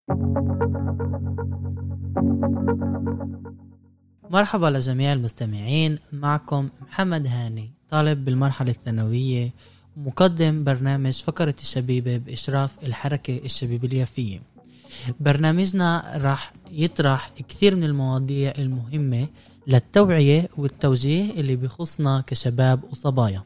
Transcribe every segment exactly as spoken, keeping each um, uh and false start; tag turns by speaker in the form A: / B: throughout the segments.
A: مرحبا لجميع المستمعين، معكم محمد هاني، طالب بالمرحلة الثانوية ومقدم برنامج فقرة الشبيبة بإشراف الحركة الشبيبة اليافية. برنامجنا راح يطرح كثير من المواضيع المهمة للتوعية والتوجيه اللي بيخصنا كشباب وصبايا.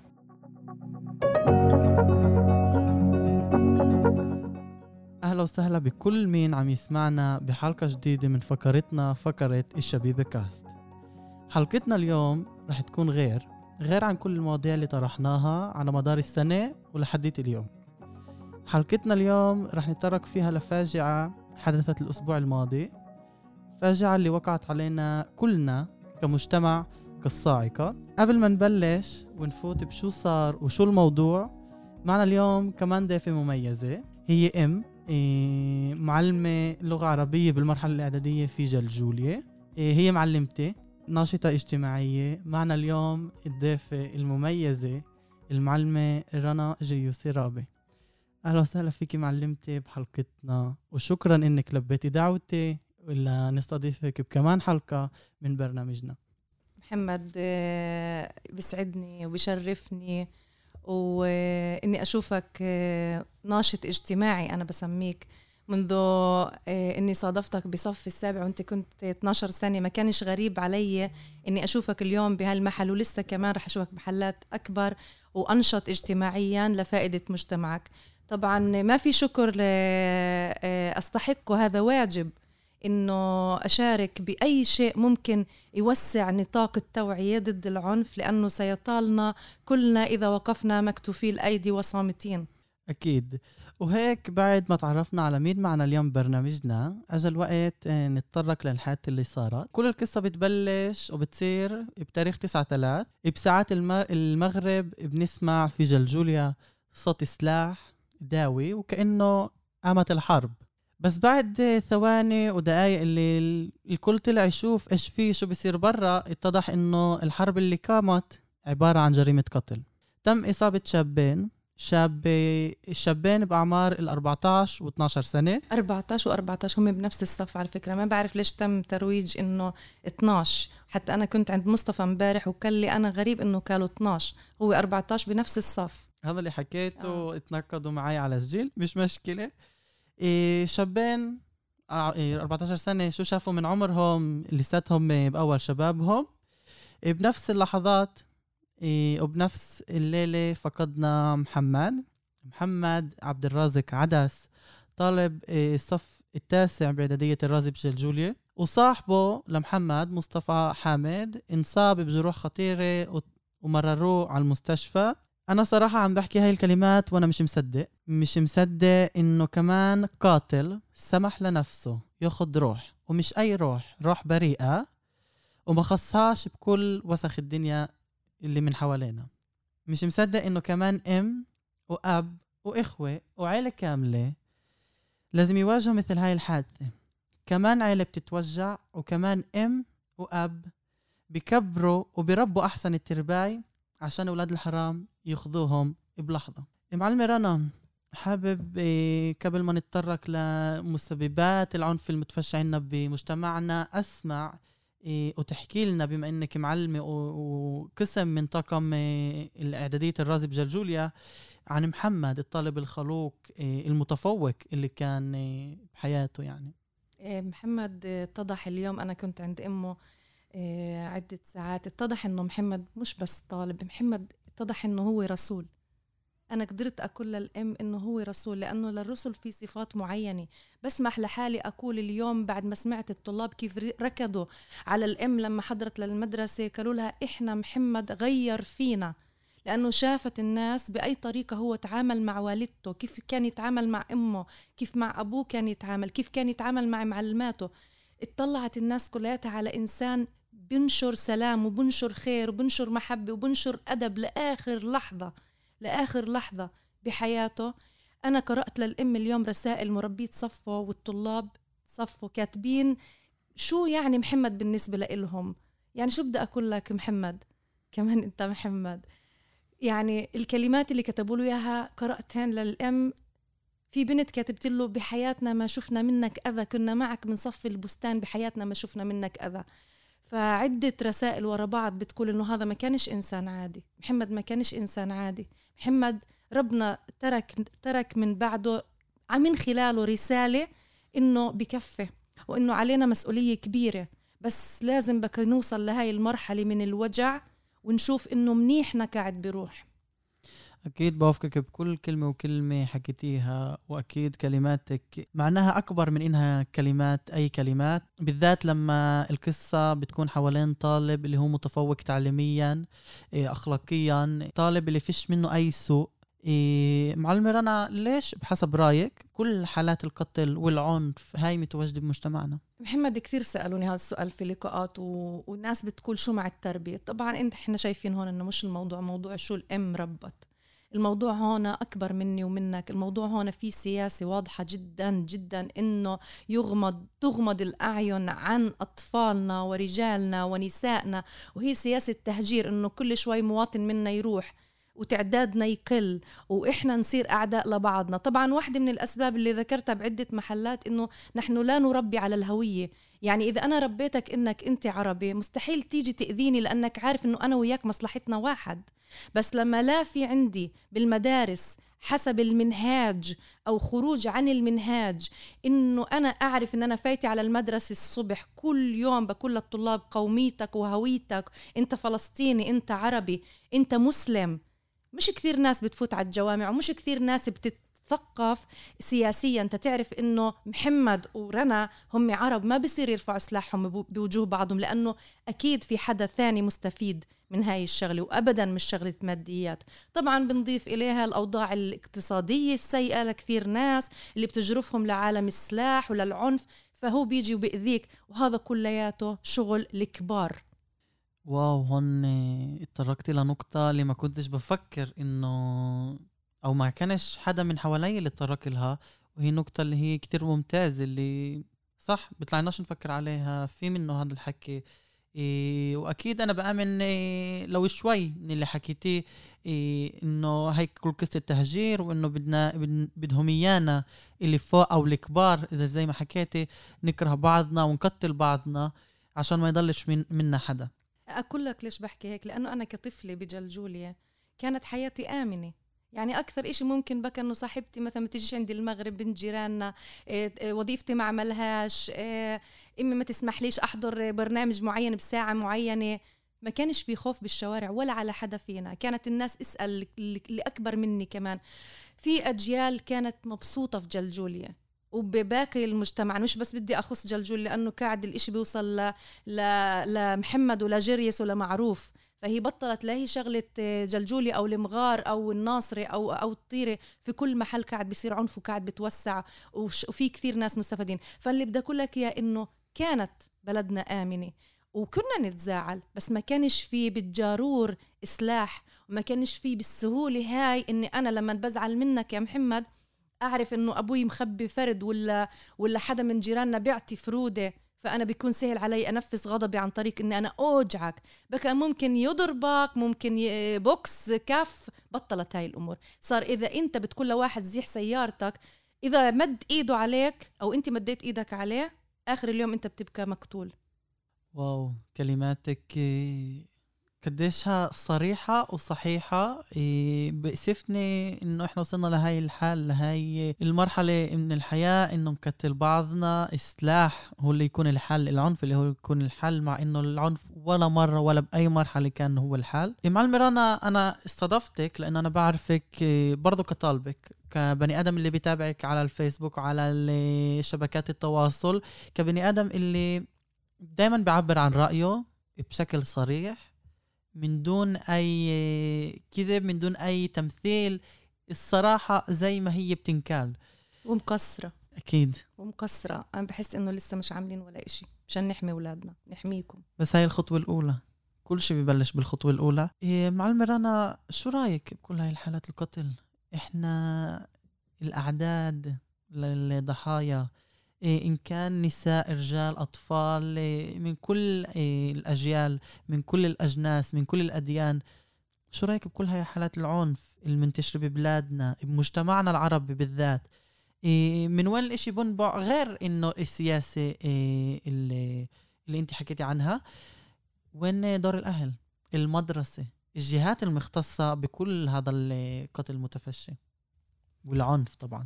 A: أهلا وسهلا بكل مين عم يسمعنا بحلقة جديدة من فقرتنا فقرة الشبيبة كاست. حلقتنا اليوم رح تكون غير غير عن كل المواضيع اللي طرحناها على مدار السنة ولحديت اليوم. حلقتنا اليوم رح نتطرق فيها لفاجعة حدثت الأسبوع الماضي، فاجعة اللي وقعت علينا كلنا كمجتمع كالصاعقة. قبل ما نبلش ونفوت بشو صار وشو الموضوع، معنا اليوم كمان ضيفة مميزة، هي أم إيه معلمة لغة عربية بالمرحلة الإعدادية في جلجولية. إيه هي معلمتي ناشطة اجتماعية. معنا اليوم الضيفة المميزة المعلمة رنا جيوسي رابي. أهلا وسهلا فيكي معلمتي بحلقتنا، وشكرا إنك لبيتي دعوتي ولا نستضيفك بكمان حلقة من برنامجنا.
B: محمد بيسعدني وبيشرفني وإني أشوفك ناشط اجتماعي. أنا بسميك منذ إني صادفتك بصف السابع وأنت كنت اثناشر سنة، ما كانش غريب علي إني أشوفك اليوم بهالمحل، ولسه كمان رح أشوفك بحلات أكبر وأنشط اجتماعيا لفائدة مجتمعك. طبعا ما في شكر أستحقه، هذا واجب إنه أشارك بأي شيء ممكن يوسع نطاق التوعية ضد العنف، لأنه سيطالنا كلنا إذا وقفنا مكتوفي الأيدي وصامتين.
A: أكيد. وهيك بعد ما تعرفنا على مين معنا اليوم برنامجنا، أجا الوقت نتطرق للحياة اللي صارت. كل القصة بتبلش وبتصير بتاريخ تسعة ثلاث بساعات المغرب. بنسمع في جلجوليا صوت سلاح داوي وكأنه قامت الحرب، بس بعد ثواني ودقايق اللي الكل طلع يشوف إيش فيه شو بيصير برا، اتضح إنه الحرب اللي قامت عبارة عن جريمة قتل. تم إصابة شابين شاب الشابين بأعمار الأربعتاش واثناشر سنة.
B: أربعتاش وأربعتاش هم بنفس الصف على فكرة. ما بعرف ليش تم ترويج إنه اثناشر، حتى أنا كنت عند مصطفى مبارح وقال لي أنا غريب إنه قالوا اثناشر، هو أربعتاش بنفس الصف.
A: هذا اللي حكيته. آه. اتنقضوا معي على السجل، مش مشكلة. إيه شابين إيه أربعتاشر سنة، شو شافوا من عمرهم لساتهم بأول شبابهم. إيه بنفس اللحظات إيه وبنفس الليلة فقدنا محمد محمد عبد الرازق عدس، طالب إيه الصف التاسع بإعدادية الرازي بجلجولية، وصاحبه لمحمد مصطفى حامد انصاب بجروح خطيرة ومرروه على المستشفى. أنا صراحة عم بحكي هاي الكلمات وأنا مش مصدق مش مصدق إنه كمان قاتل سمح لنفسه ياخد روح، ومش أي روح، روح بريئة وما خصهاش بكل وسخ الدنيا اللي من حوالينا. مش مصدق إنه كمان أم وأب وإخوة وعائلة كاملة لازم يواجهوا مثل هاي الحادثة. كمان عائلة بتتوجع، وكمان أم وأب بيكبروا وبيربوا أحسن الترباي عشان أولاد الحرام يخذوهم بلحظة. معلمة رنا، حابب قبل ما نتطرق لمسببات العنف المتفشى عنا بمجتمعنا أسمع وتحكي لنا، بما أنك معلمة وقسم من طاقم الإعدادية الرازي بجلجوليا، عن محمد الطالب الخلوق المتفوق اللي كان بحياته. يعني
B: محمد اتضح اليوم، أنا كنت عند أمه عدة ساعات، اتضح انه محمد مش بس طالب، محمد اتضح انه هو رسول. انا قدرت اقول للام انه هو رسول، لانه للرسل في صفات معينة. بسمح لحالي اقول اليوم بعد ما سمعت الطلاب كيف ركضوا على الام لما حضرت للمدرسة، قالوا لها احنا محمد غير فينا، لانه شافت الناس باي طريقة هو تعامل مع والدته، كيف كان يتعامل مع امه، كيف مع ابوه كان يتعامل، كيف كان يتعامل مع معلماته. اطلعت الناس كلها على انسان بنشر سلام وبنشر خير وبنشر محبة وبنشر أدب لآخر لحظة لآخر لحظة بحياته. أنا قرأت للأم اليوم رسائل مربية صفه والطلاب صفه كاتبين شو يعني محمد بالنسبة لإلهم. يعني شو بدي أقول لك محمد، كمان أنت محمد، يعني الكلمات اللي كتبوا له إياها قرأتهن للأم في بنت كاتبت له بحياتنا ما شفنا منك أذى، كنا معك من صف البستان، بحياتنا ما شفنا منك أذى. فعدة رسائل ورا بعض بتقول إنه هذا ما كانش إنسان عادي، محمد ما كانش إنسان عادي، محمد ربنا ترك ترك من بعده من خلاله رسالة إنه بكفي وإنه علينا مسؤولية كبيرة، بس لازم بك نوصل لهاي المرحلة من الوجع ونشوف إنه منيحنا قاعد بروح.
A: أكيد بوافقك بكل كلمة وكلمة حكيتيها، وأكيد كلماتك معناها أكبر من إنها كلمات أي كلمات، بالذات لما القصة بتكون حوالين طالب اللي هو متفوق تعليميا أخلاقيا، طالب اللي فيش منه أي سوء. إيه معلمة رنا، ليش بحسب رأيك كل حالات القتل والعنف هاي متواجدة بمجتمعنا؟
B: محمد كثير سألوني هذا السؤال في لقاءات و... والناس بتقول شو مع التربية. طبعا انت احنا شايفين هون انه مش الموضوع موضوع شو الام ربت، الموضوع هون أكبر مني ومنك. الموضوع هون في سياسة واضحة جدا جدا إنه يغمض تغمض الأعين عن أطفالنا ورجالنا ونسائنا، وهي سياسة تهجير، إنه كل شوي مواطن منا يروح وتعدادنا يقل وإحنا نصير أعداء لبعضنا. طبعا واحدة من الأسباب اللي ذكرتها بعدة محلات إنه نحن لا نربي على الهوية. يعني إذا أنا ربيتك إنك أنت عربي مستحيل تيجي تأذيني لأنك عارف إنه أنا وياك مصلحتنا واحد. بس لما لا في عندي بالمدارس حسب المنهاج أو خروج عن المنهاج، إنه أنا أعرف إن أنا فايتة على المدرسة الصبح كل يوم بقول للطلاب قوميتك وهويتك، أنت فلسطيني، أنت عربي، أنت مسلم. مش كثير ناس بتفوت على الجوامع ومش كثير ناس بتتثقف سياسيا. أنت تعرف إنه محمد ورنا هم عرب، ما بصير يرفعوا سلاحهم بوجوه بعضهم، لأنه أكيد في حدا ثاني مستفيد من هاي الشغلة، وأبدا مش شغلة ماديات. طبعا بنضيف إليها الأوضاع الاقتصادية السيئة لكثير ناس اللي بتجرفهم لعالم السلاح وللعنف، فهو بيجي وبيأذيك، وهذا كلياته شغل الكبار.
A: واو، هون اتطرقت لنقطة اللي ما كنتش بفكر إنه أو ما كانش حدا من حوالي اللي اتطرق لها، وهي نقطة اللي هي كتير ممتازة، اللي صح بتلاقيناش نفكر عليها في منه هذا الحكي. إيه واكيد انا بامن إيه لو شوي من اللي حكيتيه، إيه انه هيك كل قصه تهجير، وانه بدنا بدهم ايانا اللي فوق او الكبار اذا زي ما حكيتي نكره بعضنا ونقتل بعضنا عشان ما يضلش من منا حدا.
B: اقول لك ليش بحكي هيك، لانه انا كطفله بجلجوليا كانت حياتي امنه. يعني أكثر إشي ممكن بك إنه صاحبتي مثلا ما تجيش عندي المغرب بنت جيراننا، إيه إيه وظيفتي ما عملهاش، إيه إمي ما تسمح ليش أحضر برنامج معين بساعة معينة. ما كانش في خوف بالشوارع ولا على حدا فينا، كانت الناس اسأل اللي أكبر مني كمان. في أجيال كانت مبسوطة في جلجوليا وبباقي المجتمع، مش بس بدي أخص جلجول لأنه قاعد الإشي بيوصل ل... ل... لمحمد ولا جريس ولا معروف. فهي بطلت لا هي شغلة جلجولي أو المغار أو الناصري أو أو الطيرة، في كل محل قاعد بيصير عنف وقاعد بتوسع وفي كثير ناس مستفيدين. فاللي بدي أقول لك يا إنه كانت بلدنا آمنة وكنا نتزاعل، بس ما كانش فيه بالجارور سلاح، وما كانش فيه بالسهولة هاي إني أنا لما بزعل منك يا محمد أعرف إنه أبوي مخبي فرد ولا ولا حدا من جيراننا بيعطي فرودة، فأنا بيكون سهل علي أنفس غضبي عن طريق إني أنا أوجعك. بقى ممكن يضربك، ممكن بوكس كف. بطلت هاي الأمور. صار إذا أنت بتقول لواحد زيح سيارتك، إذا مد إيده عليك أو أنت مديت إيدك عليه، آخر اليوم أنت بتبقى مقتول.
A: واو، كلماتك قديشها صريحة وصحيحة. بأسفني إنه إحنا وصلنا لهاي الحال، لهاي المرحلة من الحياة، إنه نقتل بعضنا. السلاح هو اللي يكون الحل، العنف اللي هو يكون الحل، مع إنه العنف ولا مرة ولا بأي مرحلة كان هو الحل. معلمة رنا، أنا استضفتك لأن أنا بعرفك برضو كطالبك، كبني آدم اللي بيتابعك على الفيسبوك وعلى شبكات التواصل، كبني آدم اللي دايما بيعبر عن رأيه بشكل صريح من دون أي كذب، من دون أي تمثيل، الصراحة زي ما هي بتنكال
B: ومقصرة.
A: أكيد
B: ومقصرة. أنا بحس إنه لسه مش عاملين ولا إشي مشان نحمي أولادنا، نحميكم.
A: بس هاي الخطوة الأولى، كل شيء بيبلش بالخطوة الأولى. إيه معلمة رنا، شو رأيك بكل هاي الحالات القتل؟ إحنا الأعداد للضحايا، إن كان نساء، رجال، أطفال، من كل الأجيال، من كل الأجناس، من كل الأديان، شو رأيك بكل هاي حالات العنف المنتشرة ببلادنا، بمجتمعنا العربي بالذات؟ إيه من وين الاشي بنبع غير انه السياسة إيه اللي, اللي انت حكيتي عنها؟ وين دور الاهل، المدرسة، الجهات المختصة بكل هذا القتل المتفشي والعنف؟ طبعا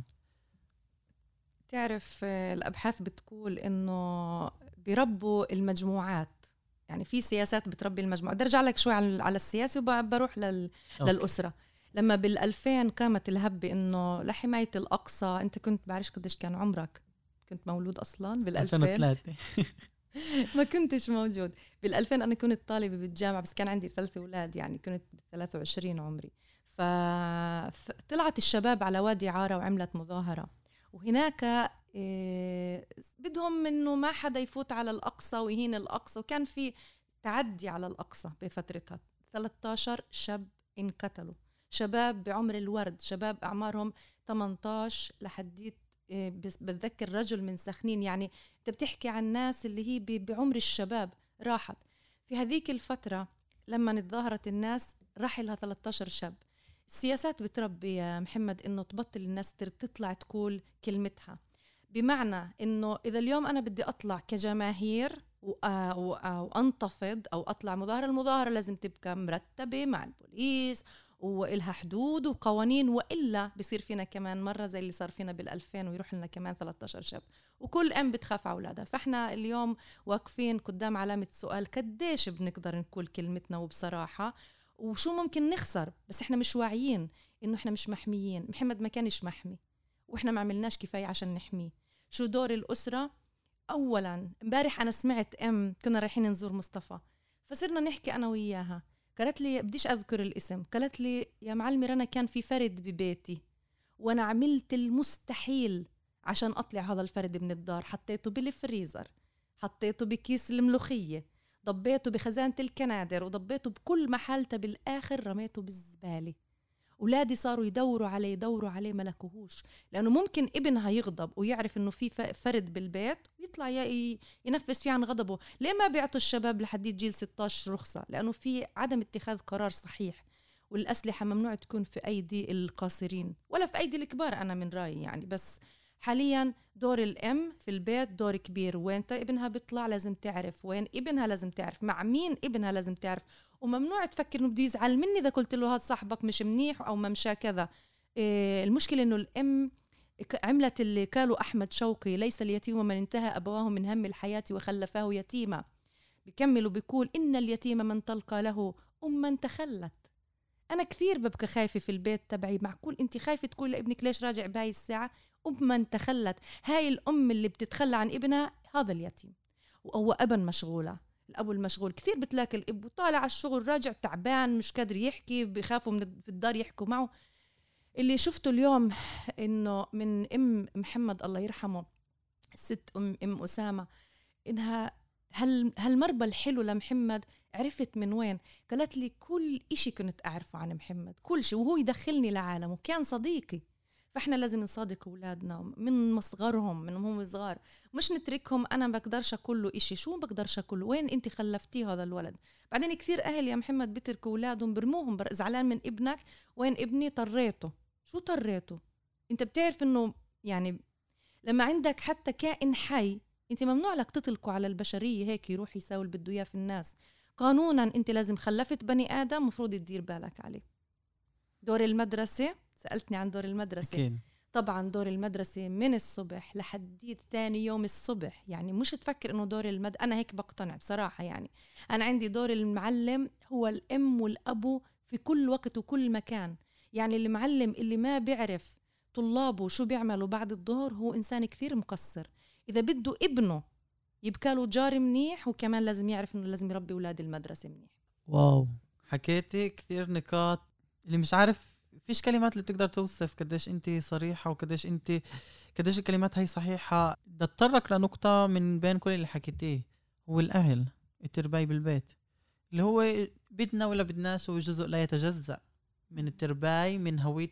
B: تعرف الابحاث بتقول انه بيربوا المجموعات، يعني في سياسات بتربي المجموعة. بدي ارجع لك شوي على على السياسي وبروح لل... للأسرة. لما بالألفين قامت الهبة إنه لحماية الأقصى، أنت كنت بعرفش قديش كان عمرك، كنت مولود أصلاً بالألفين؟
A: ألفين وثلاثة
B: ما كنتش موجود بالألفين. أنا كنت طالبة بالجامعة بس كان عندي ثلاثة أولاد، يعني كنت ثلاثة وعشرين عمري. فطلعت الشباب على وادي عارة وعملت مظاهرة، وهناك إيه بدهم إنه ما حدا يفوت على الأقصى ويهين الأقصى، وكان في تعدي على الأقصى بفترتها. ثلاثة عشر شاب انقتلوا، شباب بعمر الورد، شباب أعمارهم ثمانية عشر لحديت إيه، بتذكر رجل من سخنين. يعني انت بتحكي عن ناس اللي هي بعمر الشباب راحت في هذيك الفترة. لما تظاهرت الناس راح لها ثلاثة عشر شاب. السياسات بتربي يا محمد انه تبطل الناس تطلع تقول كلمتها، بمعنى انه اذا اليوم انا بدي اطلع كجماهير وانتفض او اطلع مظاهرة، المظاهرة لازم تبقى مرتبة مع البوليس وإلها حدود وقوانين، وإلا بصير فينا كمان مرة زي اللي صار فينا بالألفين ويروح لنا كمان ثلاثة عشر شاب، وكل أم بتخاف على أولادها. فإحنا اليوم واقفين قدام علامة سؤال، قديش بنقدر نقول كلمتنا وبصراحة، وشو ممكن نخسر؟ بس إحنا مش واعيين إنه إحنا مش محميين. محمد ما كانش محمي وإحنا ما عملناش كفاية عشان نحميه. شو دور الأسرة؟ أولاً امبارح أنا سمعت أم، كنا رايحين نزور مصطفى، فصرنا نحكي أنا وياها، قالت لي بديش أذكر الاسم، قالت لي يا معلمي رنا كان في فرد ببيتي وأنا عملت المستحيل عشان أطلع هذا الفرد من الدار، حطيته بالفريزر، حطيته بكيس الملوخية، ضبيته بخزانة الكنادر، وضبيته بكل محالته، بالآخر رميته بالزبالة. أولادي صاروا يدوروا عليه يدوروا عليه ما لقوهوش، لأنه ممكن ابنها يغضب ويعرف إنه في فرد بالبيت ويطلع ينفذ فيه عن غضبه. ليه ما بيعطوا الشباب لحد جيل ستة عشر رخصة؟ لأنه في عدم اتخاذ قرار صحيح، والأسلحة ممنوع تكون في أيدي القاصرين ولا في أيدي الكبار، أنا من رأيي يعني. بس حاليا دور الأم في البيت دور كبير، وين ابنها بيطلع لازم تعرف وين ابنها، لازم تعرف مع مين ابنها، لازم تعرف. وممنوع تفكر انه بده يزعل مني اذا قلت له هذا صاحبك مش منيح او ما مشى كذا. إيه المشكله؟ انه الام عملت اللي قالوا احمد شوقي، ليس اليتيم من انتهى ابواه من هم الحياه وخلفاه يتيما. بيكملوا بيقول ان اليتيم من تلقى له أما تخلت. انا كثير ببقى خايفه في البيت تبعي، معقول انت خايفه تقول لابنك ليش راجع بهاي الساعه؟ أما تخلت، هاي الام اللي بتتخلى عن ابنها هذا اليتيم. او ابا مشغوله، الأبو المشغول كثير بتلاقي الأب طالع على الشغل راجع تعبان مش قادر يحكي، بيخافوا من في الدار يحكوا معه. اللي شفته اليوم إنه من أم محمد الله يرحمه، الست أم, أم أسامة، إنها هل هالمربى الحلو لمحمد عرفت من وين؟ قالت لي كل إشي كنت أعرفه عن محمد، كل شيء، وهو يدخلني لعالمه، كان صديقي. فإحنا لازم نصادق أولادنا من مصغرهم، من هم صغار، مش نتركهم. أنا بقدرش أقوله إشي، شو بقدرش أقوله؟ وين أنت خلفتيه هذا الولد؟ بعدين كثير أهل يا محمد بتركوا أولادهم برموهم، زعلان من ابنك، وين ابني؟ طريته. شو طريته؟ أنت بتعرف إنه يعني لما عندك حتى كائن حي أنت ممنوع لك تطلقه على البشرية هيك يروح يساوي اللي بده إياه في الناس. قانونا أنت لازم خلفت بني آدم مفروض تدير بالك عليه. دور المدرسة، سألتني عن دور المدرسة.
A: أكيد.
B: طبعا دور المدرسة من الصبح لحد ثاني يوم الصبح، يعني مش تفكر انه دور المد انا هيك بقتنع بصراحة. يعني انا عندي دور المعلم هو الام والابو في كل وقت وكل مكان. يعني المعلم اللي ما بيعرف طلابه شو بيعملوا بعد الظهر هو انسان كثير مقصر. اذا بده ابنه يبقى له جار منيح، وكمان لازم يعرف انه لازم يربي اولاد المدرسة منيح.
A: واو، حكيتي كثير نقاط اللي مش عارف فيش كلمات اللي بتقدر توصف قديش انت صريحة، وقديش انت قديش الكلمات هاي صحيحة. بدي اتطرق لنقطة من بين كل اللي حكيتيه، هو الأهل، التربية بالبيت، اللي هو بدنا ولا بدناش هو جزء لا يتجزأ من التربية، من هوية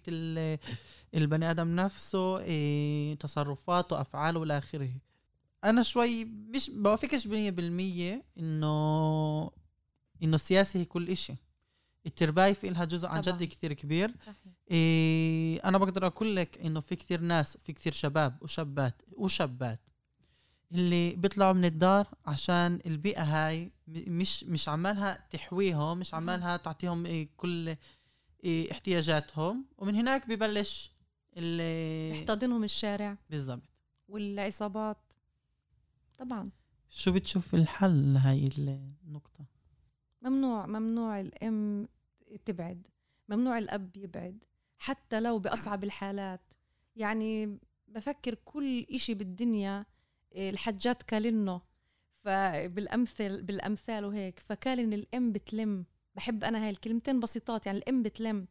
A: البني آدم نفسه، إيه تصرفاته، أفعاله والى آخره. أنا شوي مش بوافقش مية بالمية إنه إنه السياسة هي كل إشي. الترباية في إلها جزء عن
B: طبعاً.
A: جد كثير كبير.
B: صحيح.
A: إيه أنا بقدر أقول لك إنه في كثير ناس، في كثير شباب وشابات وشابات اللي بيطلعوا من الدار عشان البيئة هاي مش مش عمالها تحويهم، مش عمالها تعطيهم إيه كل إيه احتياجاتهم، ومن هناك ببلش اللي
B: يحتضنهم الشارع
A: بالضبط
B: والعصابات. طبعا
A: شو بتشوف الحل لهاي النقطة؟
B: ممنوع ممنوع الأم تبعد، ممنوع الأب يبعد حتى لو بأصعب الحالات. يعني بفكر كل إشي بالدنيا الحجات كالنه، فبالأمثل بالأمثال وهيك، فكالن الأم بتلم. بحب أنا هاي الكلمتين بسيطات، يعني الأم بتلم.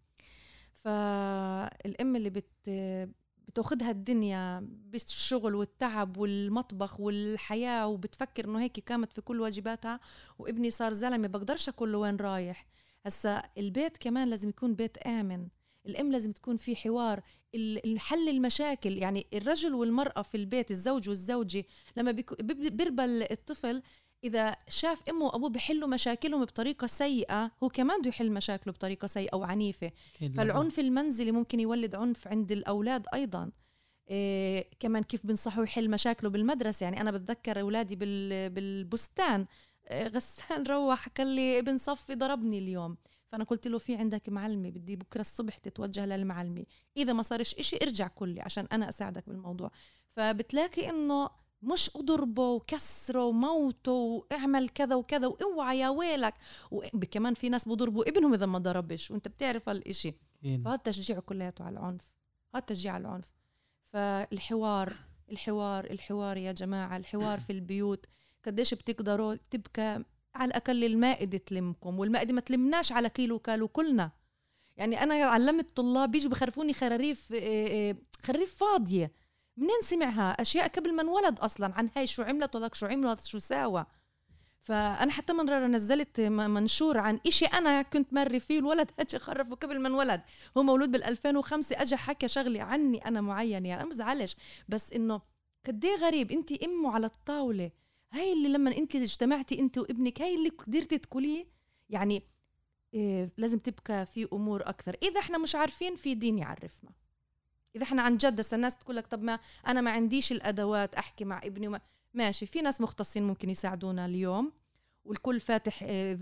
B: فالأم اللي بت بتاخدها الدنيا بالشغل والتعب والمطبخ والحياة، وبتفكر إنه هيك قامت في كل واجباتها، وابني صار زلمة بقدرش أقول له وين رايح. هسا البيت كمان لازم يكون بيت آمن. الأم لازم تكون في حوار، الحل المشاكل. يعني الرجل والمرأة في البيت، الزوج والزوجة، لما بيربى الطفل إذا شاف أمه وأبوه بيحلوا مشاكلهم بطريقة سيئة، هو كمان بده يحل مشاكله بطريقة سيئة وعنيفة. فالعنف المنزلي ممكن يولد عنف عند الأولاد أيضا. إيه كمان كيف بنصحوا يحل مشاكله بالمدرسة. يعني أنا بتذكر أولادي بالبستان، إيه غسان روح قال لي ابن صفي ضربني اليوم، فأنا قلت له في عندك معلمة، بدي بكرة الصبح تتوجه للمعلمة، إذا ما صارش إشي ارجع كلي عشان أنا أساعدك بالموضوع. فبتلاقي إنه مش اضربه وكسره وموته واعمل كذا وكذا واوعى يا ويلك، وكمان في ناس بضربوا ابنهم إذا ما ضربش، وانت بتعرف هالإشي. فهذا تشجيع كلياته على العنف، هذا تشجيع على العنف. فالحوار الحوار الحوار يا جماعة، الحوار في البيوت. قديش بتقدروا تبقى على الأقل المائدة تلمكم، والمائدة ما تلمناش على كيلو كالو كلنا. يعني أنا علمت طلاب بيجوا بخرفوني خراريف خراريف فاضية، منين سمعها أشياء قبل ما انولد أصلا عن هاي شو عملت وذاك شو عملت شو ساوى. فأنا حتى مرة نزلت منشور عن إشي أنا كنت مري فيه، الولد أجي خرفه قبل ما انولد، هو مولود بالألفين وخمسة، أجي حكى شغلي عني أنا معين. يعني أنا مزعلش، بس إنه قديه غريب أنتي أمه على الطاولة، هاي اللي لما أنتي اجتمعتي أنت وابنك هاي اللي قدرتي تقوليه. يعني إيه لازم تبقى في أمور أكثر. إذا إحنا مش عارفين في دين يعرفنا، إذا إحنا عن جد الناس تقول لك طب ما أنا ما عنديش الأدوات أحكي مع ابني وما ماشي، في ناس مختصين ممكن يساعدونا اليوم، والكل فاتح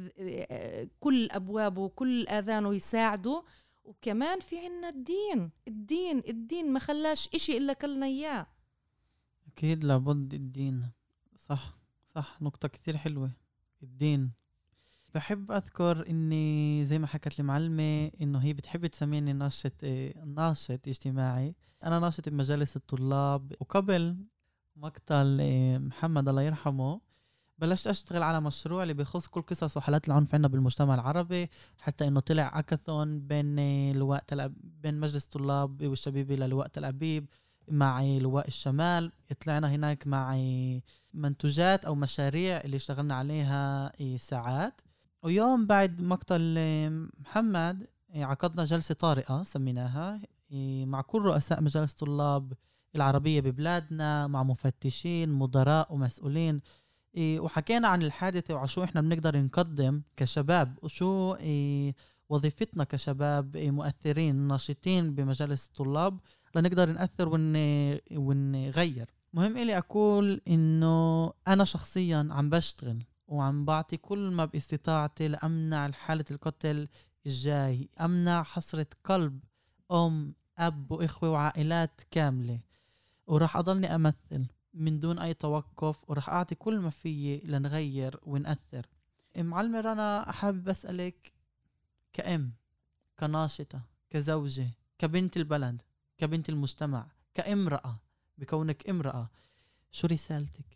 B: كل أبوابه وكل آذانه يساعدوا. وكمان في عنا الدين الدين الدين ما خلاش إشي إلا كلنا إياه.
A: أكيد لابد الدين. صح صح، نقطة كتير حلوة الدين. بحب أذكر إني زي ما حكت لي معلمة إنه هي بتحب تسميني ناشط ناشط اجتماعي. أنا ناشط بمجالس الطلاب، وقبل مقتل محمد الله يرحمه بلشت أشتغل على مشروع اللي بيخص كل قصص وحالات العنف عندنا بالمجتمع العربي، حتى إنه طلع أكاثون بين لواء تل... بين مجلس الطلاب والشبيبة للواء تل أبيب مع لواء الشمال. طلعنا هناك مع منتوجات أو مشاريع اللي اشتغلنا عليها ساعات. ويوم بعد مقتل محمد عقدنا جلسة طارئة سميناها مع كل رؤساء مجالس الطلاب العربية ببلادنا، مع مفتشين مدراء ومسؤولين، وحكينا عن الحادثة وعشو إحنا بنقدر نقدم كشباب، وشو وظيفتنا كشباب مؤثرين ناشطين بمجالس الطلاب لنقدر نأثر ون... ونغير. مهم إلي أقول إنه أنا شخصياً عم بشتغل وعم بعطي كل ما باستطاعتي لأمنع حالة القتل الجاي، أمنع حسرة قلب أم أب وإخوة وعائلات كاملة، وراح أضلني أمثل من دون أي توقف، وراح أعطي كل ما فيي لنغير ونأثر. معلمة رنا، أحب أسألك كأم، كناشطة، كزوجة، كبنت البلد، كبنت المجتمع، كامرأة، بكونك امرأة، شو رسالتك؟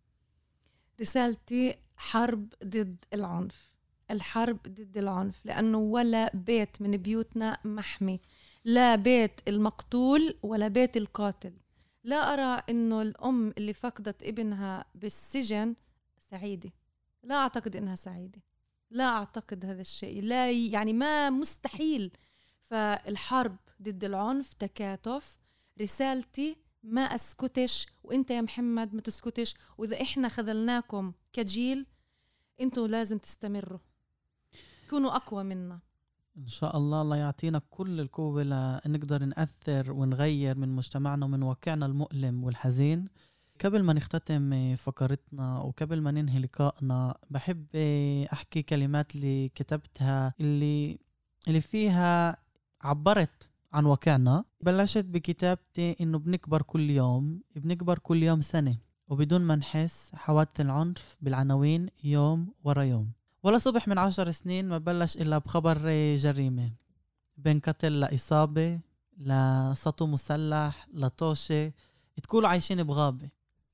B: رسالتي حرب ضد العنف، الحرب ضد العنف، لأنه ولا بيت من بيوتنا محمي، لا بيت المقتول ولا بيت القاتل. لا أرى إنه الأم اللي فقدت ابنها بالسجن سعيدة، لا أعتقد إنها سعيدة، لا أعتقد هذا الشيء، لا يعني ما مستحيل. فالحرب ضد العنف تكاتف. رسالتي ما أسكتش، وإنت يا محمد ما تسكتش، وإذا إحنا خذلناكم كجيل أنتوا لازم تستمروا، كونوا أقوى منا.
A: إن شاء الله الله يعطينا كل القوة لنقدر نأثر ونغير من مجتمعنا ومن واقعنا المؤلم والحزين. قبل ما نختتم فقرتنا وقبل ما ننهي لقائنا بحب أحكي كلمات اللي كتبتها اللي اللي فيها عبرت عن واقعنا. بلشت بكتابتي إنه بنكبر كل يوم، بنكبر كل يوم سنة، وبدون ما نحس حوادث العنف بالعناوين يوم ورا يوم. ولا صبح من عشر سنين ما بلش إلا بخبر جريمة، بين قتل لإصابة لسطو مسلح لطوشة، تقولوا عايشين بغابة.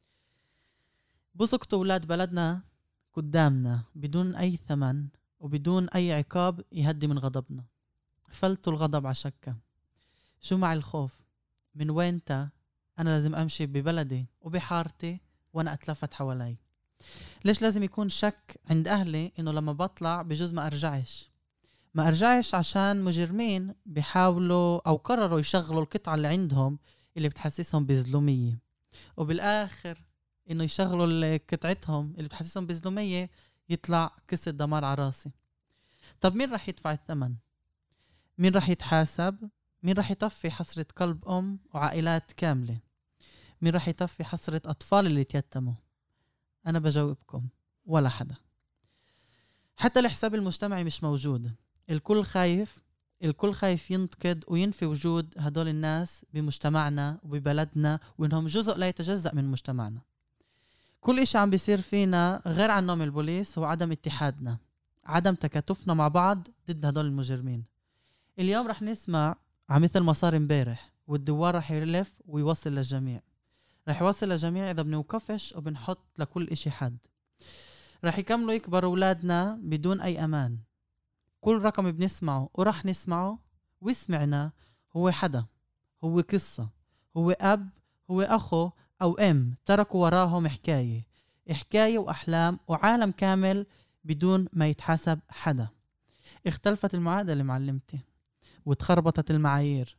A: بسقطوا أولاد بلدنا قدامنا بدون أي ثمن وبدون أي عقاب يهدي من غضبنا. فلتوا الغضب عشكة. شو مع الخوف؟ من وين تا؟ أنا لازم أمشي ببلدي وبحارتي وأنا أتلفت حوالي. ليش لازم يكون شك عند أهلي إنه لما بطلع بجوز ما أرجعش؟ ما أرجعش عشان مجرمين بيحاولوا أو قرروا يشغلوا القطعة اللي عندهم اللي بتحسسهم بظلومية، وبالآخر إنه يشغلوا قطعتهم اللي بتحسسهم بظلومية يطلع قصة دمار على راسي. طب مين رح يدفع الثمن؟ مين رح يتحاسب؟ مين رح يطفي حسرة قلب أم وعائلات كاملة؟ مين رح يطفي حسرة أطفال اللي تيتموا؟ أنا بجاوبكم ولا حدا. حتى الحساب المجتمعي مش موجود. الكل خايف الكل خايف ينتقد وينفي وجود هدول الناس بمجتمعنا وببلدنا وإنهم جزء لا يتجزأ من مجتمعنا. كل إشي عم بيصير فينا غير عن نوم البوليس هو عدم اتحادنا، عدم تكاتفنا مع بعض ضد هدول المجرمين. اليوم رح نسمع عن مثل ما صار امبارح، والدوار رح يلف ويوصل للجميع. رح يوصل للجميع إذا بنوقفش وبنحط لكل إشي حد. رح يكملوا يكبروا أولادنا بدون أي أمان. كل رقم بنسمعه ورح نسمعه وسمعنا هو حدا، هو قصة، هو أب، هو أخو أو أم تركوا وراهم حكاية حكاية وأحلام وعالم كامل بدون ما يتحاسب حدا. اختلفت المعادلة معلمتي وتخربطت المعايير.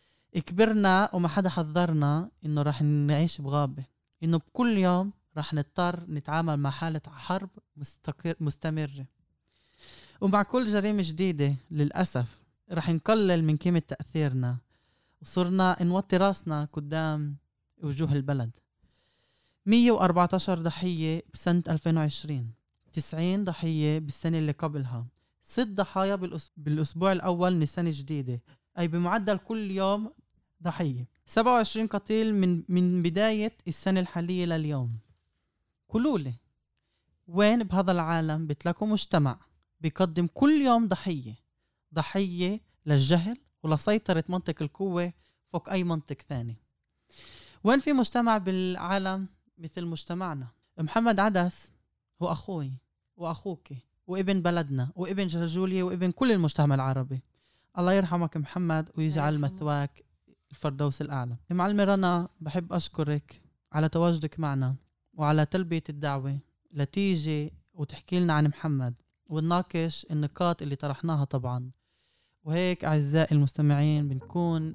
A: كبرنا وما حدا حذرنا إنه رح نعيش بغابة، إنه بكل يوم رح نضطر نتعامل مع حالة حرب مستقر مستمرة. ومع كل جريمة جديدة للأسف رح نقلل من قيمة تأثيرنا وصرنا نوطي راسنا قدام وجوه البلد. مية وأربعة عشر ضحية بسنة ألفين وعشرين، تسعين ضحية بالسنة اللي قبلها، ست ضحايا بالأس... بالأسبوع الأول من السنة الجديدة، أي بمعدل كل يوم ضحية. سبعة وعشرين قتيل من من بداية السنة الحالية لليوم. قولولي وين بهذا العالم بتلاقوا مجتمع بيقدم كل يوم ضحية ضحية للجهل ولسيطرة منطق القوة فوق أي منطق ثاني؟ وين في مجتمع بالعالم مثل مجتمعنا؟ محمد عدس هو أخوي وأخوك وابن بلدنا وابن جرجولية وابن كل المجتمع العربي. الله يرحمك محمد ويجعل مثواك الفردوس الأعلى. معلمة رنا بحب أشكرك على تواجدك معنا وعلى تلبية الدعوة لتيجي وتحكي لنا عن محمد ونناقش النقاط اللي طرحناها طبعا. وهيك أعزائي المستمعين بنكون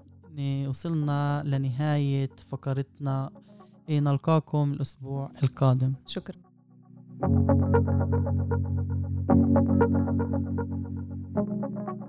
A: وصلنا لنهاية فقرتنا. نلقاكم الأسبوع القادم.
B: شكرا.